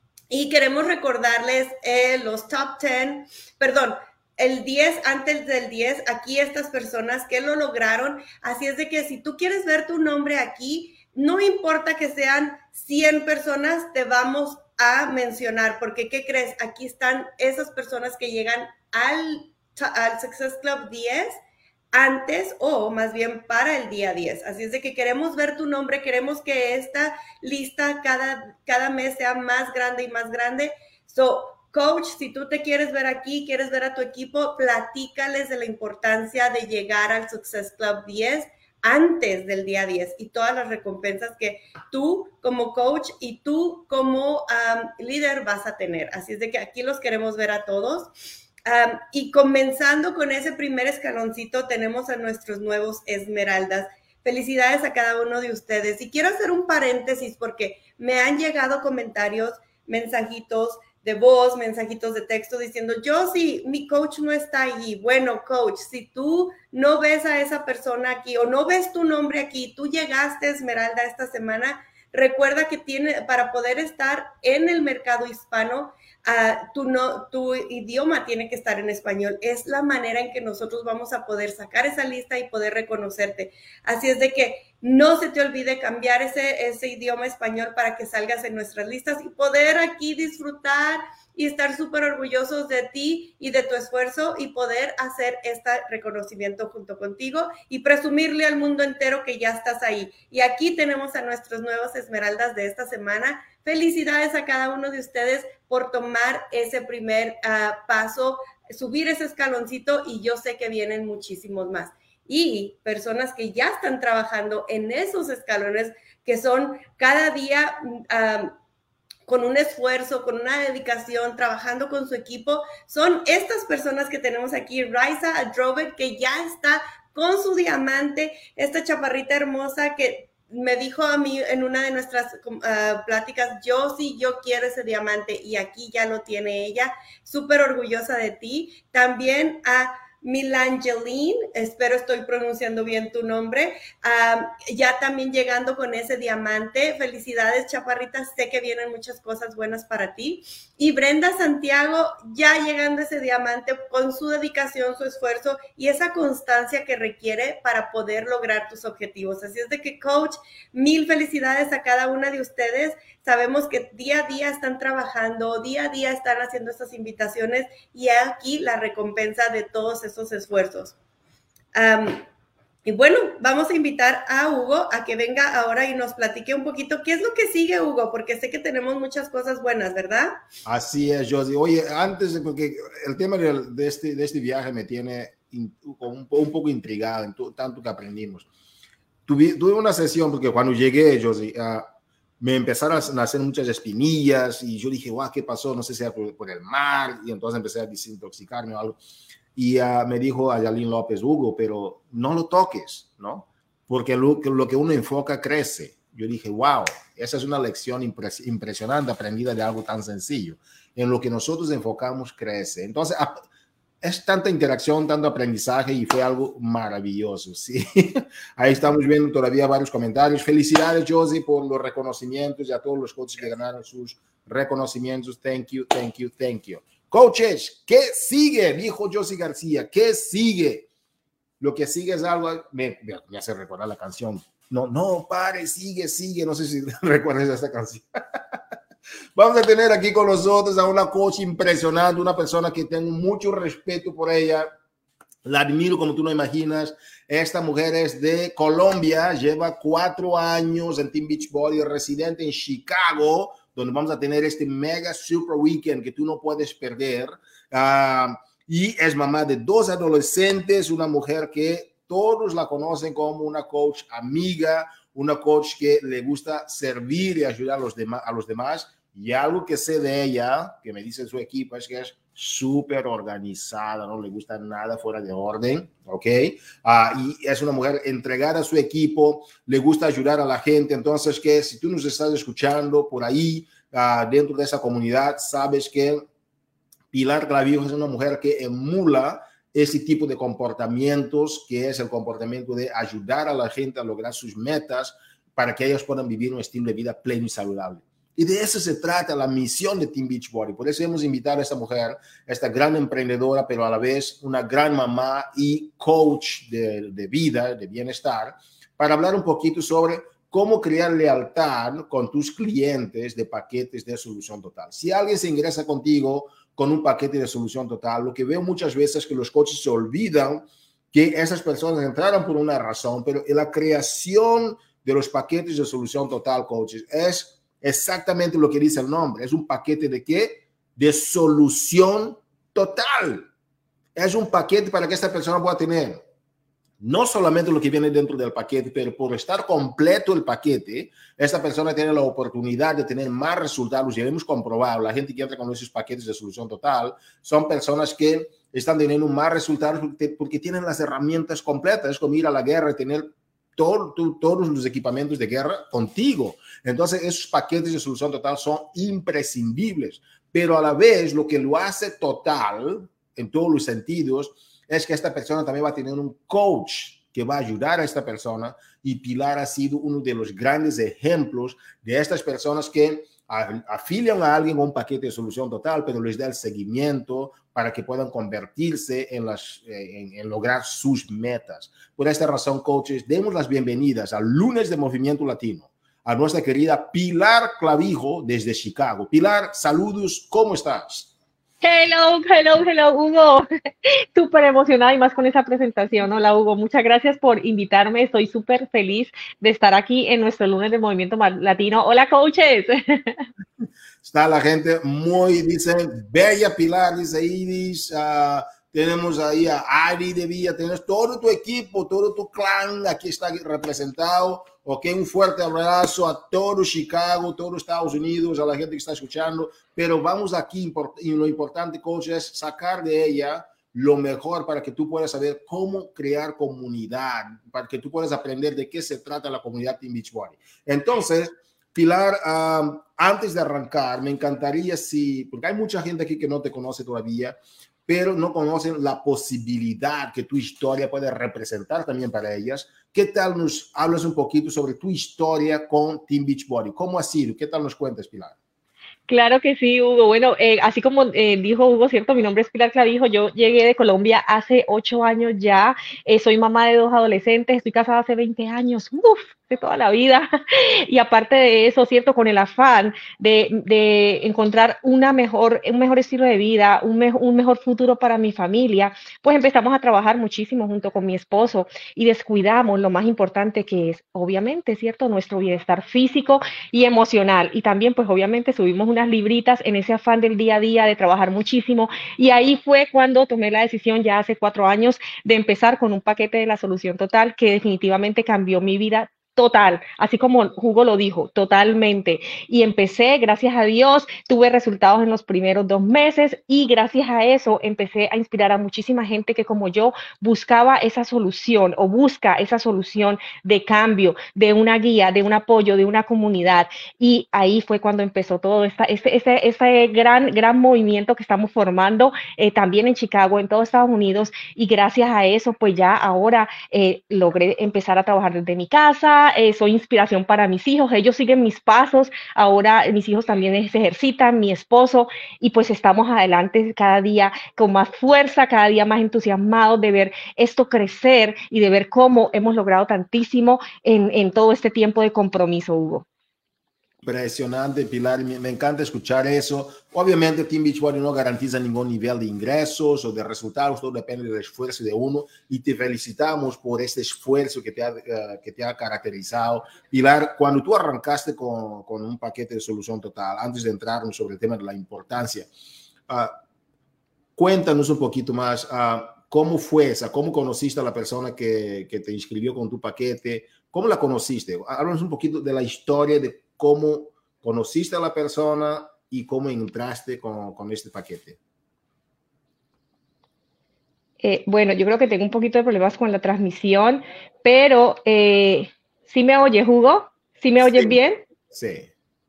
Y queremos recordarles eh, los top diez, perdón, el diez, antes del diez, aquí estas personas que lo lograron. Así es de que si tú quieres ver tu nombre aquí, no importa que sean cien personas, te vamos a mencionar, porque ¿qué crees? Aquí están esas personas que llegan al, al Success Club diez antes o más bien para el día diez. Así es de que queremos ver tu nombre, queremos que esta lista cada, cada mes sea más grande y más grande. So, coach, si tú te quieres ver aquí, quieres ver a tu equipo, platícales de la importancia de llegar al Success Club diez antes del día diez y todas las recompensas que tú como coach y tú como um, líder vas a tener. Así es de que aquí los queremos ver a todos. Um, y comenzando con ese primer escaloncito, tenemos a nuestros nuevos esmeraldas. Felicidades a cada uno de ustedes. Y quiero hacer un paréntesis porque me han llegado comentarios, mensajitos de voz, mensajitos de texto diciendo, yo sí, mi coach no está allí. Bueno, coach, si tú no ves a esa persona aquí o no ves tu nombre aquí, tú llegaste, Esmeralda, esta semana, recuerda que tiene, para poder estar en el mercado hispano, Uh, tu, no, tu idioma tiene que estar en español. Es la manera en que nosotros vamos a poder sacar esa lista y poder reconocerte. Así es de que no se te olvide cambiar ese, ese idioma español para que salgas en nuestras listas y poder aquí disfrutar y estar súper orgullosos de ti y de tu esfuerzo y poder hacer este reconocimiento junto contigo y presumirle al mundo entero que ya estás ahí. Y aquí tenemos a nuestros nuevos esmeraldas de esta semana. Felicidades a cada uno de ustedes por tomar ese primer uh, paso, subir ese escaloncito y yo sé que vienen muchísimos más. Y personas que ya están trabajando en esos escalones que son cada día uh, con un esfuerzo, con una dedicación, trabajando con su equipo, son estas personas que tenemos aquí, Raisa Adrovet, que ya está con su diamante, esta chaparrita hermosa que me dijo a mí en una de nuestras uh, pláticas, yo sí, yo quiero ese diamante y aquí ya lo tiene ella, súper orgullosa de ti. También a Milangeline, espero estoy pronunciando bien tu nombre, um, ya también llegando con ese diamante. Felicidades, chaparrita, sé que vienen muchas cosas buenas para ti. Y Brenda Santiago, ya llegando ese diamante con su dedicación, su esfuerzo y esa constancia que requiere para poder lograr tus objetivos. Así es de que, coach, mil felicidades a cada una de ustedes. Sabemos que día a día están trabajando, día a día están haciendo estas invitaciones y aquí la recompensa de todos esos esfuerzos. Um, y bueno, vamos a invitar a Hugo a que venga ahora y nos platique un poquito qué es lo que sigue, Hugo, porque sé que tenemos muchas cosas buenas, ¿verdad? Así es, Josie. Oye, antes, porque el tema de este, de este viaje me tiene un, un poco intrigado en tu, tanto que aprendimos. Tuve, tuve una sesión porque cuando llegué, Josie, uh, me empezaron a nacer muchas espinillas y yo dije, guau, ¿qué pasó? No sé si era por, por el mar, y entonces empecé a desintoxicarme o algo. Y uh, me dijo Ayalín López, Hugo, pero no lo toques, ¿no? Porque lo, lo que uno enfoca crece. yo dije, wow, esa es una lección impres impresionante aprendida de algo tan sencillo. En lo que nosotros enfocamos crece. Entonces, es tanta interacción, tanto aprendizaje y fue algo maravilloso, ¿sí? Ahí estamos viendo todavía varios comentarios. Felicidades, Josie, por los reconocimientos y a todos los coaches que ganaron sus reconocimientos. Thank you, thank you, thank you. Coaches, ¿qué sigue? Dijo Josie García, ¿qué sigue? Lo que sigue es algo, me, me hace recordar la canción. No, no, pare, sigue, sigue. No sé si recuerdas esta canción. Vamos a tener aquí con nosotros a una coach impresionante, una persona que tengo mucho respeto por ella. La admiro como tú no imaginas. Esta mujer es de Colombia, lleva cuatro años en Team Beachbody, residente en Chicago, donde vamos a tener este mega super weekend que tú no puedes perder. Uh, y es mamá de dos adolescentes, una mujer que todos la conocen como una coach amiga, una coach que le gusta servir y ayudar a los, demás, a los demás. Y algo que sé de ella, que me dice su equipo, es que es súper organizada, no le gusta nada fuera de orden, ¿ok? Uh, y es una mujer entregada a su equipo, le gusta ayudar a la gente. Entonces, que si tú nos estás escuchando por ahí, uh, dentro de esa comunidad, sabes que Pilar Clavijo es una mujer que emula ese tipo de comportamientos, que es el comportamiento de ayudar a la gente a lograr sus metas para que ellos puedan vivir un estilo de vida pleno y saludable. Y de eso se trata la misión de Team Beachbody. Por eso hemos invitado a esta mujer, esta gran emprendedora, pero a la vez una gran mamá y coach de, de vida, de bienestar, para hablar un poquito sobre cómo crear lealtad con tus clientes de paquetes de solución total. Si alguien se ingresa contigo con un paquete de solución total, lo que veo muchas veces es que los coaches se olvidan que esas personas entraron por una razón, pero en la creación de los paquetes de solución total, coaches, es exactamente lo que dice el nombre. Es un paquete de qué? De solución total. Es un paquete para que esta persona pueda tener no solamente lo que viene dentro del paquete, pero por estar completo el paquete, esta persona tiene la oportunidad de tener más resultados. Ya hemos comprobado, la gente que entra con esos paquetes de solución total son personas que están teniendo más resultados porque, porque tienen las herramientas completas. Es como ir a la guerra y tener todo, todo, todos los equipamientos de guerra contigo. Entonces, esos paquetes de solución total son imprescindibles, pero a la vez lo que lo hace total en todos los sentidos es que esta persona también va a tener un coach que va a ayudar a esta persona, y Pilar ha sido uno de los grandes ejemplos de estas personas que afilian a alguien con un paquete de solución total, pero les da el seguimiento para que puedan convertirse en, las, en, en lograr sus metas. Por esta razón, coaches, demos las bienvenidas al lunes de Movimiento Latino a nuestra querida Pilar Clavijo desde Chicago. Pilar, saludos, ¿cómo estás? Hello, hello, hello, Hugo. Súper emocionada y más con esa presentación. Hola, Hugo. Muchas gracias por invitarme. Estoy súper feliz de estar aquí en nuestro lunes de Movimiento Latino. Hola, coaches. Está la gente muy, dice, bella Pilar, dice Iris. Uh, tenemos ahí a Ari de Villa, tenemos todo tu equipo, todo tu clan aquí está representado. Ok, un fuerte abrazo a todo Chicago, todo Estados Unidos, a la gente que está escuchando. Pero vamos aquí, y lo importante, coach, es sacar de ella lo mejor para que tú puedas saber cómo crear comunidad, para que tú puedas aprender de qué se trata la comunidad Team Beachbody. Entonces, Pilar, um, antes de arrancar, me encantaría si, porque hay mucha gente aquí que no te conoce todavía, pero no conocen la posibilidad que tu historia puede representar también para ellas. ¿Qué tal nos hablas un poquito sobre tu historia con Team Beachbody? ¿Cómo ha sido? ¿Qué tal nos cuentas, Pilar? Claro que sí, Hugo. Bueno, eh, así como eh, dijo Hugo, cierto, mi nombre es Pilar Clavijo. Yo llegué de Colombia hace ocho años ya. Eh, soy mamá de dos adolescentes. Estoy casada hace veinte años. Uf, de toda la vida. Y aparte de eso, cierto, con el afán de, de encontrar una mejor, un mejor estilo de vida, un, me, un mejor futuro para mi familia, pues empezamos a trabajar muchísimo junto con mi esposo y descuidamos lo más importante, que es, obviamente, cierto, nuestro bienestar físico y emocional. Y también, pues, obviamente, subimos unas libritas en ese afán del día a día de trabajar muchísimo, y ahí fue cuando tomé la decisión ya hace cuatro años de empezar con un paquete de la solución total que definitivamente cambió mi vida total, así como Hugo lo dijo, totalmente. Y empecé, gracias a Dios, tuve resultados en los primeros dos meses y gracias a eso empecé a inspirar a muchísima gente que como yo buscaba esa solución o busca esa solución de cambio, de una guía, de un apoyo, de una comunidad. Y ahí fue cuando empezó todo esta, este, este, este gran, gran movimiento que estamos formando eh, también en Chicago, en todo Estados Unidos. Y gracias a eso, pues ya ahora eh, logré empezar a trabajar desde mi casa. Eh, soy inspiración para mis hijos, ellos siguen mis pasos, ahora mis hijos también se ejercitan, mi esposo, y pues estamos adelante cada día con más fuerza, cada día más entusiasmados de ver esto crecer y de ver cómo hemos logrado tantísimo en, en todo este tiempo de compromiso, Hugo. Impresionante, Pilar. Me, me encanta escuchar eso. Obviamente, Team Beachbody no garantiza ningún nivel de ingresos o de resultados, todo depende del esfuerzo de uno y te felicitamos por este esfuerzo que te ha, uh, que te ha caracterizado. Pilar, cuando tú arrancaste con, con un paquete de solución total, antes de entrarnos sobre el tema de la importancia, uh, cuéntanos un poquito más uh, cómo fue esa, cómo conociste a la persona que, que te inscribió con tu paquete, cómo la conociste. Háblanos un poquito de la historia de cómo conociste a la persona y cómo entraste con, con este paquete. Eh, bueno, yo creo que tengo un poquito de problemas con la transmisión, pero eh, ¿sí me oyes, Hugo? ¿Sí me oyes Sí, bien? sí.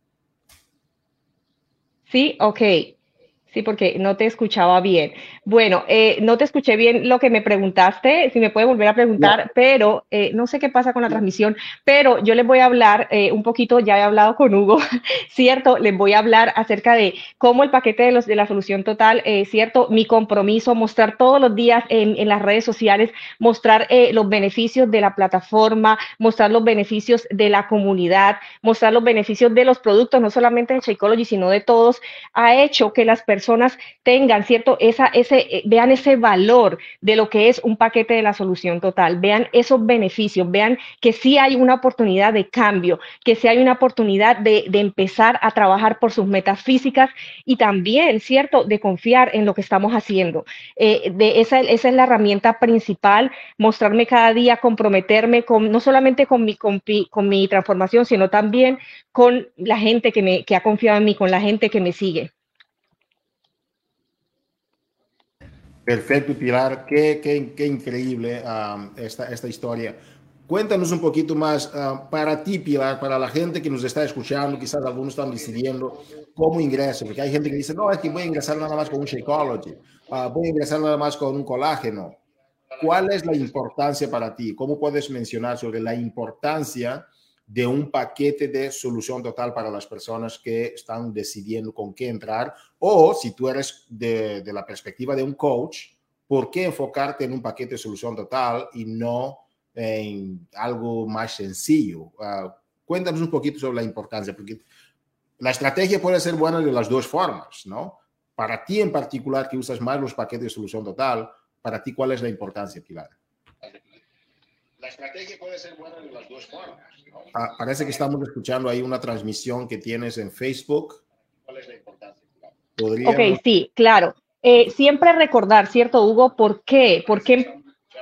Sí, ok. Sí, porque no te escuchaba bien. Bueno, eh, no te escuché bien lo que me preguntaste, si me puede volver a preguntar, No, pero eh, no sé qué pasa con la no. transmisión, pero yo les voy a hablar eh, un poquito, ya he hablado con Hugo, ¿cierto? Les voy a hablar acerca de cómo el paquete de, los, de la solución total, eh, ¿cierto? Mi compromiso, mostrar todos los días en, en las redes sociales, mostrar eh, los beneficios de la plataforma, mostrar los beneficios de la comunidad, mostrar los beneficios de los productos, no solamente de Shakeology, sino de todos, ha hecho que las personas personas tengan, ¿cierto? Esa, ese, eh, vean ese valor de lo que es un paquete de la solución total, vean esos beneficios, vean que sí hay una oportunidad de cambio, que sí hay una oportunidad de, de empezar a trabajar por sus metas físicas y también, ¿cierto?, de confiar en lo que estamos haciendo. Eh, de esa, esa es la herramienta principal, mostrarme cada día, comprometerme con, no solamente con mi, con, con mi transformación, sino también con la gente que, me, que ha confiado en mí, con la gente que me sigue. Perfecto, Pilar. Qué, qué, qué increíble um, esta, esta historia. Cuéntanos un poquito más uh, para ti, Pilar, para la gente que nos está escuchando, quizás algunos están decidiendo cómo ingreso, porque hay gente que dice, no, es que voy a ingresar nada más con un Shakeology, uh, voy a ingresar nada más con un colágeno. ¿Cuál es la importancia para ti? ¿Cómo puedes mencionar sobre la importancia de un paquete de solución total para las personas que están decidiendo con qué entrar? O si tú eres de, de la perspectiva de un coach, ¿por qué enfocarte en un paquete de solución total y no en algo más sencillo? Uh, cuéntanos un poquito sobre la importancia, porque la estrategia puede ser buena de las dos formas, ¿no? Para ti en particular, que usas más los paquetes de solución total, para ti, ¿cuál es la importancia, Pilar? La estrategia puede ser buena de las dos formas, ¿no? Ah, parece que estamos escuchando ahí una transmisión que tienes en Facebook. ¿Cuál es la importancia? ¿Podríamos... Ok, sí, claro. Eh, siempre recordar, ¿cierto, Hugo? ¿Por qué? ¿Por qué?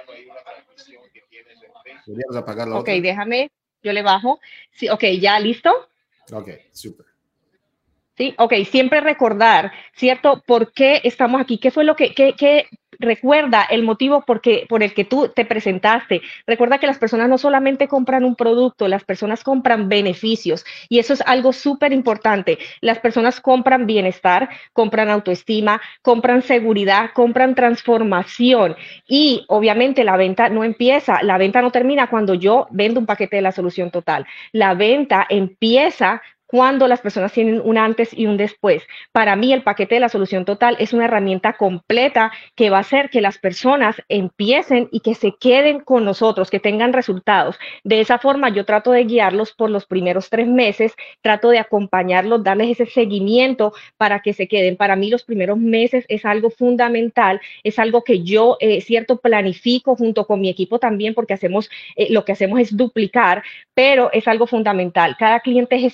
¿Podrías apagar la Ok, otra? déjame, yo le bajo. Sí, ok, ¿ya listo? Ok, súper. Sí, ok, siempre recordar, ¿cierto? ¿Por qué estamos aquí? ¿Qué fue lo que, qué, qué recuerda el motivo por, que, por el que tú te presentaste? Recuerda que las personas no solamente compran un producto, las personas compran beneficios y eso es algo súper importante. Las personas compran bienestar, compran autoestima, compran seguridad, compran transformación y obviamente la venta no empieza, la venta no termina cuando yo vendo un paquete de la solución total. La venta empieza cuando las personas tienen un antes y un después. Para mí, el paquete de la solución total es una herramienta completa que va a hacer que las personas empiecen y que se queden con nosotros, que tengan resultados. De esa forma, yo trato de guiarlos por los primeros tres meses, trato de acompañarlos, darles ese seguimiento para que se queden. Para mí, los primeros meses es algo fundamental, es algo que yo, eh, cierto, planifico junto con mi equipo también, porque hacemos, eh, lo que hacemos es duplicar, pero es algo fundamental. Cada cliente es especial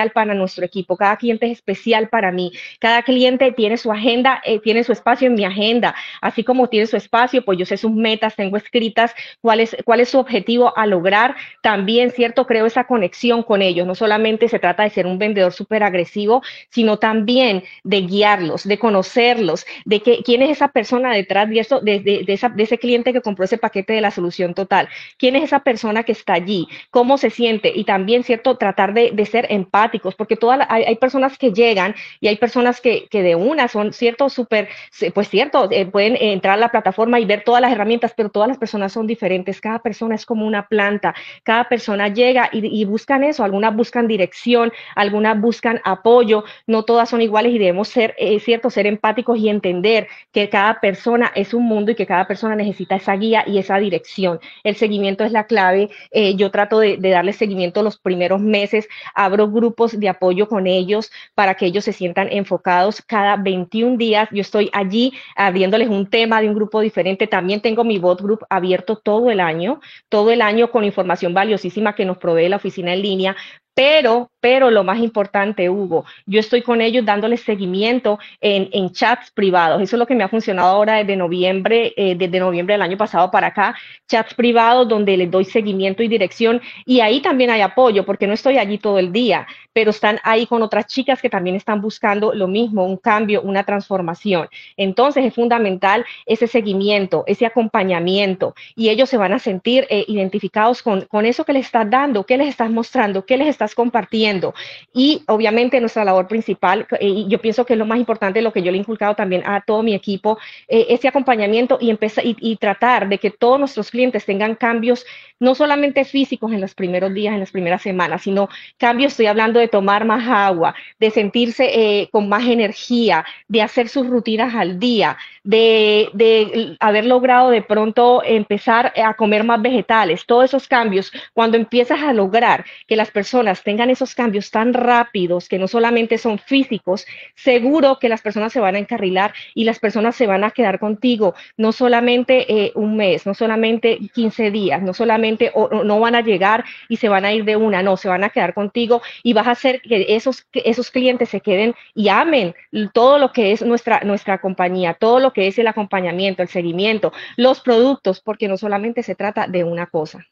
especial para nuestro equipo, cada cliente es especial para mí, cada cliente tiene su agenda, eh, tiene su espacio en mi agenda, así como tiene su espacio, pues yo sé sus metas, tengo escritas cuál es, cuál es su objetivo a lograr, también, ¿cierto? Creo esa conexión con ellos, no solamente se trata de ser un vendedor súper agresivo, sino también de guiarlos, de conocerlos, de que, quién es esa persona detrás de, eso, de, de, de, esa, de ese cliente que compró ese paquete de la solución total, quién es esa persona que está allí, cómo se siente y también, ¿cierto? Tratar de, de ser empáticos, porque todas la, hay, hay personas que llegan y hay personas que, que de una son, ¿cierto? Súper, pues cierto, eh, pueden entrar a la plataforma y ver todas las herramientas, pero todas las personas son diferentes, cada persona es como una planta, cada persona llega y, y buscan eso, algunas buscan dirección, algunas buscan apoyo, no todas son iguales y debemos ser, es eh, cierto, ser empáticos y entender que cada persona es un mundo y que cada persona necesita esa guía y esa dirección. El seguimiento es la clave. Eh, yo trato de, de darles seguimiento los primeros meses, abro grupos de apoyo con ellos para que ellos se sientan enfocados. Cada veintiún días yo estoy allí abriéndoles un tema de un grupo diferente. También tengo mi bot group abierto todo el año, todo el año con información valiosísima que nos provee la oficina en línea. Pero, pero lo más importante, Hugo, yo estoy con ellos dándoles seguimiento en, en chats privados. Eso es lo que me ha funcionado ahora desde noviembre, eh, desde noviembre del año pasado para acá, chats privados donde les doy seguimiento y dirección. Y ahí también hay apoyo, porque no estoy allí todo el día, pero están ahí con otras chicas que también están buscando lo mismo, un cambio, una transformación. Entonces es fundamental ese seguimiento, ese acompañamiento, y ellos se van a sentir eh, identificados con, con eso que les estás dando, qué les estás mostrando, qué les estás compartiendo. Y obviamente nuestra labor principal, eh, y yo pienso que es lo más importante, lo que yo le he inculcado también a todo mi equipo, eh, ese acompañamiento y, empezar, y, y tratar de que todos nuestros clientes tengan cambios, no solamente físicos en los primeros días, en las primeras semanas, sino cambios, estoy hablando de tomar más agua, de sentirse eh, con más energía, de hacer sus rutinas al día, de, de haber logrado de pronto empezar a comer más vegetales, todos esos cambios, cuando empiezas a lograr que las personas tengan esos cambios tan rápidos, que no solamente son físicos, seguro que las personas se van a encarrilar y las personas se van a quedar contigo, no solamente eh, un mes, no solamente quince días, no solamente, o, o no van a llegar y se van a ir de una, no, se van a quedar contigo y vas a hacer que esos, que esos clientes se queden y amen todo lo que es nuestra, nuestra compañía, todo lo que es el acompañamiento, el seguimiento, los productos, porque no solamente se trata de una cosa.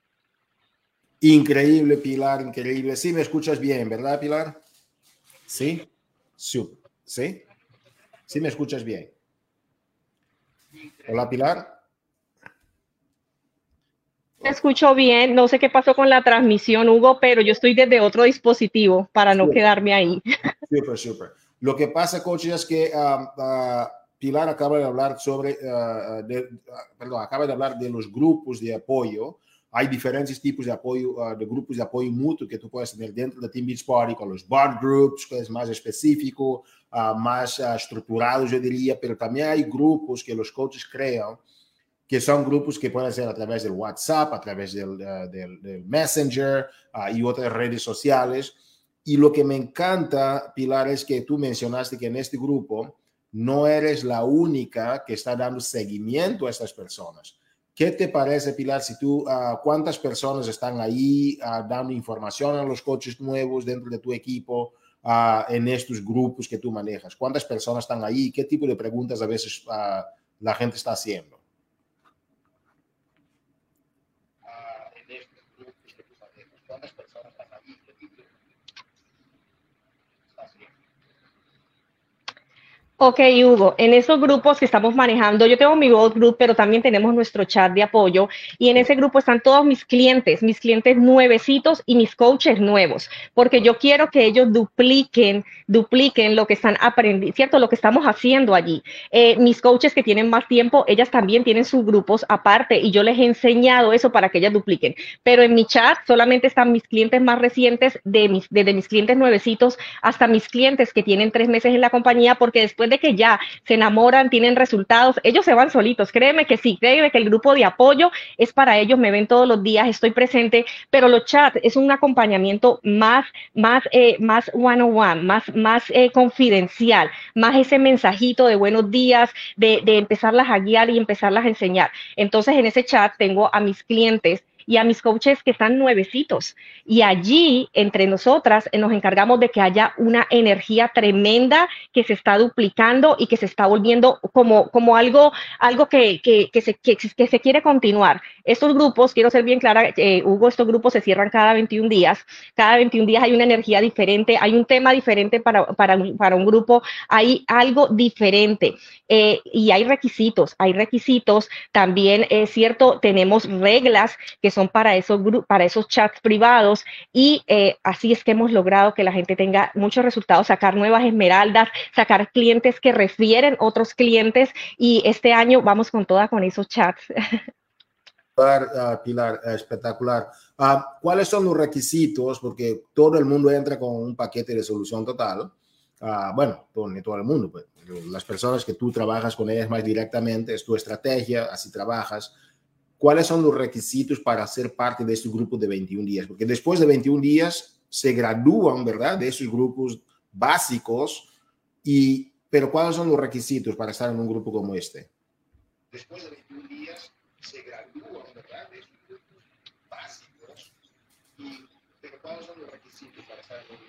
Increíble, Pilar, increíble. Sí, me escuchas bien, ¿verdad, Pilar? Sí, sí, sí, sí me escuchas bien. Hola, Pilar. Te escucho bien, no sé qué pasó con la transmisión, Hugo, pero yo estoy desde otro dispositivo para no Sí. quedarme ahí. Súper, súper. Lo que pasa, coach, es que uh, uh, Pilar acaba de hablar sobre, uh, de, uh, perdón, acaba de hablar de los grupos de apoyo. Hay diferentes tipos de apoyo, uh, de grupos de apoyo mutuo que tú puedes tener dentro de Team Beach Party, con los bar groups, que es más específico, uh, más uh, estructurados, yo diría, pero también hay grupos que los coaches crean, que son grupos que pueden ser a través del WhatsApp, a través del, uh, del, del Messenger uh, y otras redes sociales. Y lo que me encanta, Pilar, es que tú mencionaste que en este grupo no eres la única que está dando seguimiento a estas personas. ¿Qué te parece, Pilar, si tú, uh, cuántas personas están ahí uh, dando información a los coaches nuevos dentro de tu equipo uh, en estos grupos que tú manejas? ¿Cuántas personas están ahí? ¿Qué tipo de preguntas a veces uh, la gente está haciendo? Uh, en estos grupos que tú manejas, ¿cuántas personas están ahí? ¿Qué tipo de Ok, Hugo, en esos grupos que estamos manejando, yo tengo mi bot group, pero también tenemos nuestro chat de apoyo y en ese grupo están todos mis clientes, mis clientes nuevecitos y mis coaches nuevos, porque yo quiero que ellos dupliquen, dupliquen lo que están aprendiendo, ¿cierto? Lo que estamos haciendo allí. Eh, mis coaches que tienen más tiempo, ellas también tienen sus grupos aparte y yo les he enseñado eso para que ellas dupliquen, pero en mi chat solamente están mis clientes más recientes, de mis, desde mis clientes nuevecitos hasta mis clientes que tienen tres meses en la compañía, porque después de que ya se enamoran, tienen resultados, ellos se van solitos, créeme que sí, créeme que el grupo de apoyo es para ellos, me ven todos los días, estoy presente, pero los chats es un acompañamiento más, más, eh, más one on one, más, más eh, confidencial, más ese mensajito de buenos días, de, de empezarlas a guiar y empezarlas a enseñar. Entonces en ese chat tengo a mis clientes y a mis coaches que están nuevecitos. Y allí, entre nosotras, nos encargamos de que haya una energía tremenda que se está duplicando y que se está volviendo como, como algo, algo que, que, que, se, que, que se quiere continuar. Estos grupos, quiero ser bien clara, eh, Hugo, estos grupos se cierran cada veintiún días. Cada veintiún días hay una energía diferente, hay un tema diferente para, para, para un grupo, hay algo diferente. Eh, y hay requisitos, hay requisitos. También es cierto, tenemos reglas que son para esos, para esos chats privados y eh, así es que hemos logrado que la gente tenga muchos resultados, sacar nuevas esmeraldas, sacar clientes que refieren otros clientes y este año vamos con toda con esos chats. Uh, Pilar, uh, espectacular. Uh, ¿Cuáles son los requisitos? Porque todo el mundo entra con un paquete de solución total. Uh, bueno, todo, ni todo el mundo, pues. Las personas que tú trabajas con ellas más directamente, es tu estrategia, así trabajas. ¿Cuáles son los requisitos para ser parte de este grupo de veintiún días? Porque después de veintiún días se gradúan, ¿verdad? De esos grupos básicos. Y, pero ¿cuáles son los requisitos para estar en un grupo como este? Después de veintiún días se gradúan, ¿verdad? De esos grupos básicos. Y, pero ¿cuáles son los requisitos para estar en un grupo?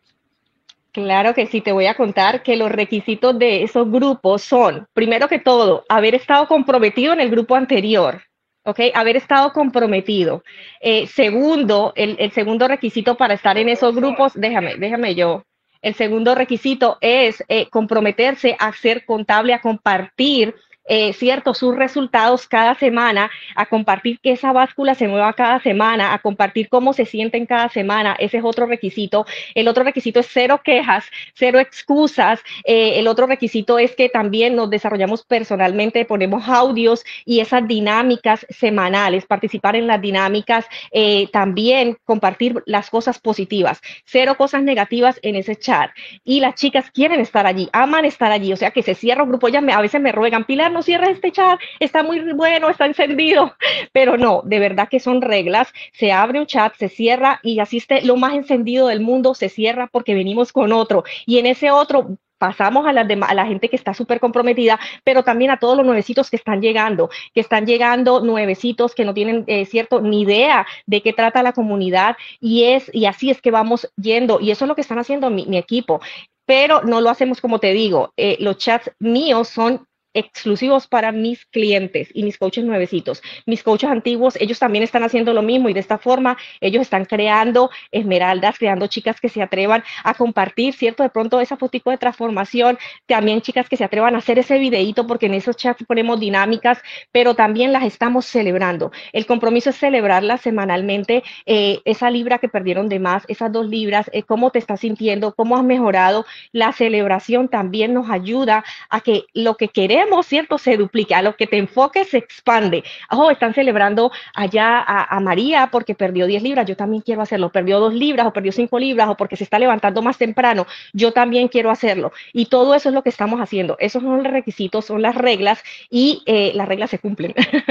Claro que sí, te voy a contar que los requisitos de esos grupos son, primero que todo, haber estado comprometido en el grupo anterior, ¿ok? Haber estado comprometido. Eh, segundo, el, el segundo requisito para estar en esos grupos, déjame, déjame yo. El segundo requisito es eh, comprometerse a ser contable, a compartir Eh, cierto, sus resultados cada semana, a compartir que esa báscula se mueva cada semana, a compartir cómo se sienten cada semana. Ese es otro requisito. El otro requisito es cero quejas, cero excusas. Eh, el otro requisito es que también nos desarrollamos personalmente, ponemos audios y esas dinámicas semanales, participar en las dinámicas, eh, también compartir las cosas positivas, cero cosas negativas en ese chat. Y las chicas quieren estar allí, aman estar allí, o sea que se cierra un grupo. Ellas me, a veces me ruegan, Pilar, no cierres este chat, está muy bueno, está encendido, pero no, de verdad que son reglas, se abre un chat, se cierra y así esté lo más encendido del mundo, se cierra porque venimos con otro y en ese otro pasamos a la, a la gente que está súper comprometida, pero también a todos los nuevecitos que están llegando, que están llegando nuevecitos que no tienen, eh, cierto, ni idea de qué trata la comunidad y, es, y así es que vamos yendo y eso es lo que están haciendo mi, mi equipo, pero no lo hacemos como te digo, eh, los chats míos son exclusivos para mis clientes y mis coaches nuevecitos. Mis coaches antiguos, ellos también están haciendo lo mismo y de esta forma ellos están creando esmeraldas, creando chicas que se atrevan a compartir, ¿cierto? De pronto esa fotico de transformación, también chicas que se atrevan a hacer ese videíto porque en esos chats ponemos dinámicas, pero también las estamos celebrando. El compromiso es celebrarlas semanalmente, eh, esa libra que perdieron de más, esas dos libras, eh, cómo te estás sintiendo, cómo has mejorado. La celebración también nos ayuda a que lo que queremos, ¿cierto? Se duplica, a lo que te enfoques se expande. Oh, están celebrando allá a, a María porque perdió diez libras, yo también quiero hacerlo, perdió dos libras o perdió cinco libras o porque se está levantando más temprano, yo también quiero hacerlo. Y todo eso es lo que estamos haciendo. Esos son los requisitos, son las reglas y eh, las reglas se cumplen.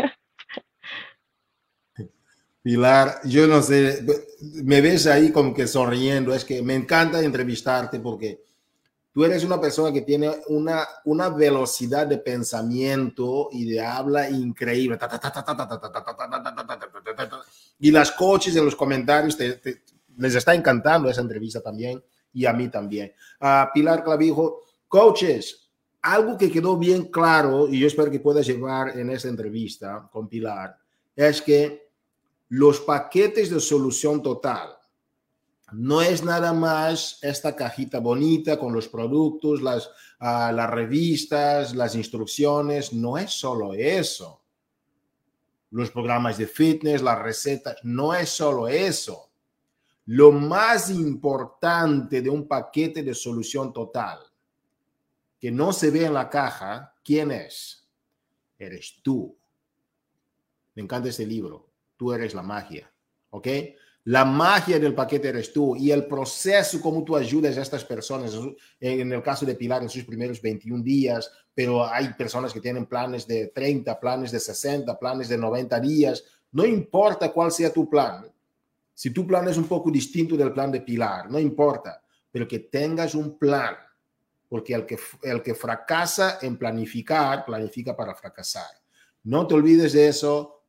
Pilar, yo no sé, me ves ahí como que sonriendo, es que me encanta entrevistarte porque tú eres una persona que tiene una, una velocidad de pensamiento y de habla increíble. Y las coaches en los comentarios te, te, les está encantando esa entrevista también y a mí también. Uh, Pilar Clavijo, coaches, algo que quedó bien claro y yo espero que puedas llevar en esta entrevista con Pilar es que los paquetes de solución total no es nada más esta cajita bonita con los productos, las, uh, las revistas, las instrucciones. No es solo eso. Los programas de fitness, las recetas, no es solo eso. Lo más importante de un paquete de solución total que no se ve en la caja, ¿quién es? Eres tú. Me encanta este libro. Tú eres la magia. ¿Ok? La magia del paquete eres tú y el proceso, cómo tú ayudas a estas personas, en el caso de Pilar en sus primeros veintiún días, pero hay personas que tienen planes de treinta, planes de sesenta, planes de noventa días. No importa cuál sea tu plan. Si tu plan es un poco distinto del plan de Pilar, no importa, pero que tengas un plan, porque el que, el que fracasa en planificar, planifica para fracasar. No te olvides de eso.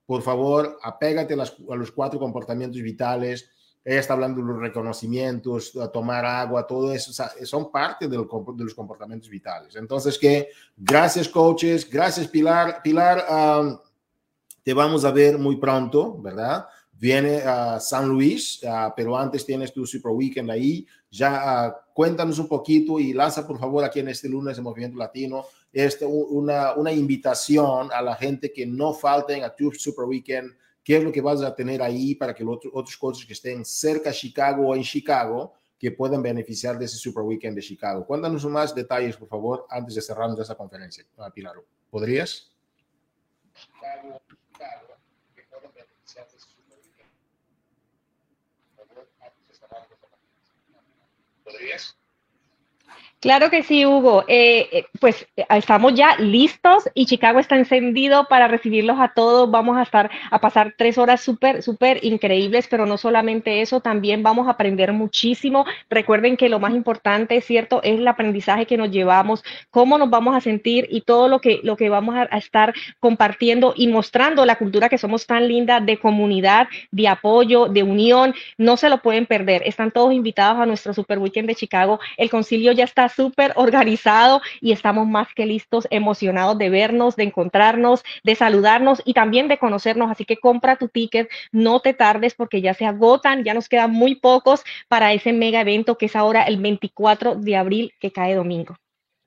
por favor, apégate a, las, a los cuatro comportamientos vitales. Ella está hablando de los reconocimientos, a tomar agua, todo eso, o sea, son parte del, de los comportamientos vitales. Entonces, que gracias, coaches, gracias, Pilar. Pilar, um, te vamos a ver muy pronto, ¿verdad? Viene a uh, San Luis, uh, pero antes tienes tu Super Weekend ahí. Ya uh, cuéntanos un poquito y lanza, por favor, aquí en este lunes de Movimiento Latino, este, una, una invitación a la gente que no falten a tu Super Weekend. ¿Qué es lo que vas a tener ahí para que los otros coaches que estén cerca de Chicago o en Chicago que puedan beneficiar de ese Super Weekend de Chicago? Cuéntanos más detalles, por favor, antes de cerrarnos esta conferencia. Ah, Pilar, ¿podrías? Chicago, Chicago, que puedan beneficiar de ese Super Weekend. Por favor, antes de cerrarnos esta conferencia. ¿Podrías? Claro que sí, Hugo. Eh, pues estamos ya listos y Chicago está encendido para recibirlos a todos. Vamos a estar a pasar tres horas súper, súper increíbles, pero no solamente eso, también vamos a aprender muchísimo. Recuerden que lo más importante, ¿cierto?, es el aprendizaje que nos llevamos, cómo nos vamos a sentir y todo lo que, lo que vamos a, a estar compartiendo y mostrando la cultura que somos tan linda de comunidad, de apoyo, de unión. No se lo pueden perder. Están todos invitados a nuestro Super Weekend de Chicago. El concilio ya está súper organizado y estamos más que listos, emocionados de vernos, de encontrarnos, de saludarnos y también de conocernos. Así que compra tu ticket, no te tardes porque ya se agotan, ya nos quedan muy pocos para ese mega evento que es ahora el veinticuatro de abril, que cae domingo.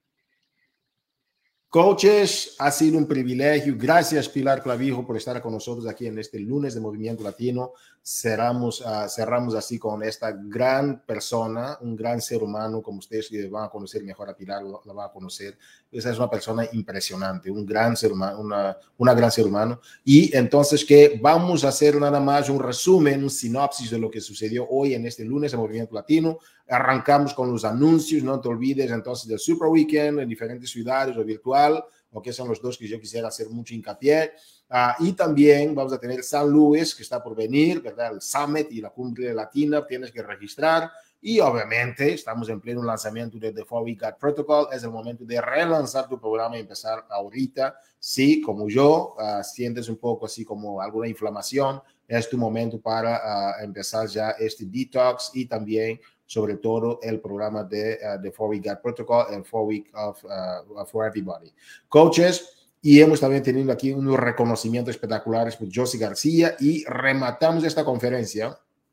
Coaches, ha sido un privilegio. Gracias, Pilar Clavijo, por estar con nosotros aquí en este lunes de Movimiento Latino. Cerramos, uh, cerramos así con esta gran persona, un gran ser humano, como ustedes van a conocer mejor a Pilar, la van a conocer. Esa es una persona impresionante, un gran ser humano, una, una gran ser humano. Y entonces que vamos a hacer nada más un resumen, un sinopsis de lo que sucedió hoy en este lunes de Movimiento Latino. Arrancamos con los anuncios, no te olvides entonces del Super Weekend en diferentes ciudades o virtual, o que son los dos que yo quisiera hacer mucho hincapié. Uh, y también vamos a tener San Luis, que está por venir, ¿verdad? El Summit y la Cumbre Latina, tienes que registrar. Y obviamente estamos en pleno lanzamiento de The four week Gut Protocol. Es el momento de relanzar tu programa y empezar ahorita. Sí, como yo, uh, sientes un poco así como alguna inflamación, es tu momento para uh, empezar ya este detox y también sobre todo el programa de uh, The four week Gut Protocol, el four week of, uh, for Everybody. Coaches, y hemos también tenido aquí unos reconocimientos espectaculares por Josie García y rematamos esta conferencia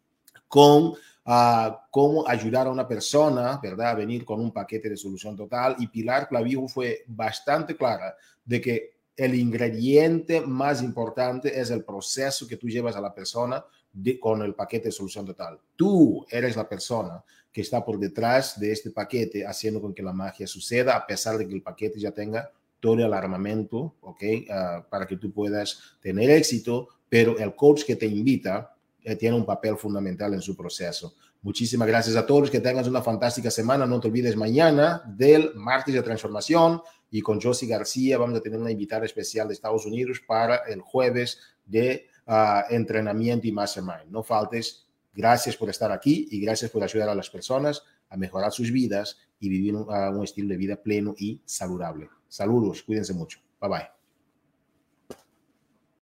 con uh, cómo ayudar a una persona, ¿verdad?, a venir con un paquete de solución total. Y Pilar Clavijo fue bastante clara de que el ingrediente más importante es el proceso que tú llevas a la persona de, con el paquete de solución total. Tú eres la persona que está por detrás de este paquete haciendo con que la magia suceda, a pesar de que el paquete ya tenga todo el armamento, ¿ok? Uh, para que tú puedas tener éxito, pero el coach que te invita eh, tiene un papel fundamental en su proceso. Muchísimas gracias a todos, que tengas una fantástica semana. No te olvides mañana del martes de transformación y con Josie García vamos a tener una invitada especial de Estados Unidos para el jueves de uh, entrenamiento y mastermind. No faltes. Gracias por estar aquí y gracias por ayudar a las personas a mejorar sus vidas y vivir un, uh, un estilo de vida pleno y saludable. Saludos, cuídense mucho. Bye bye.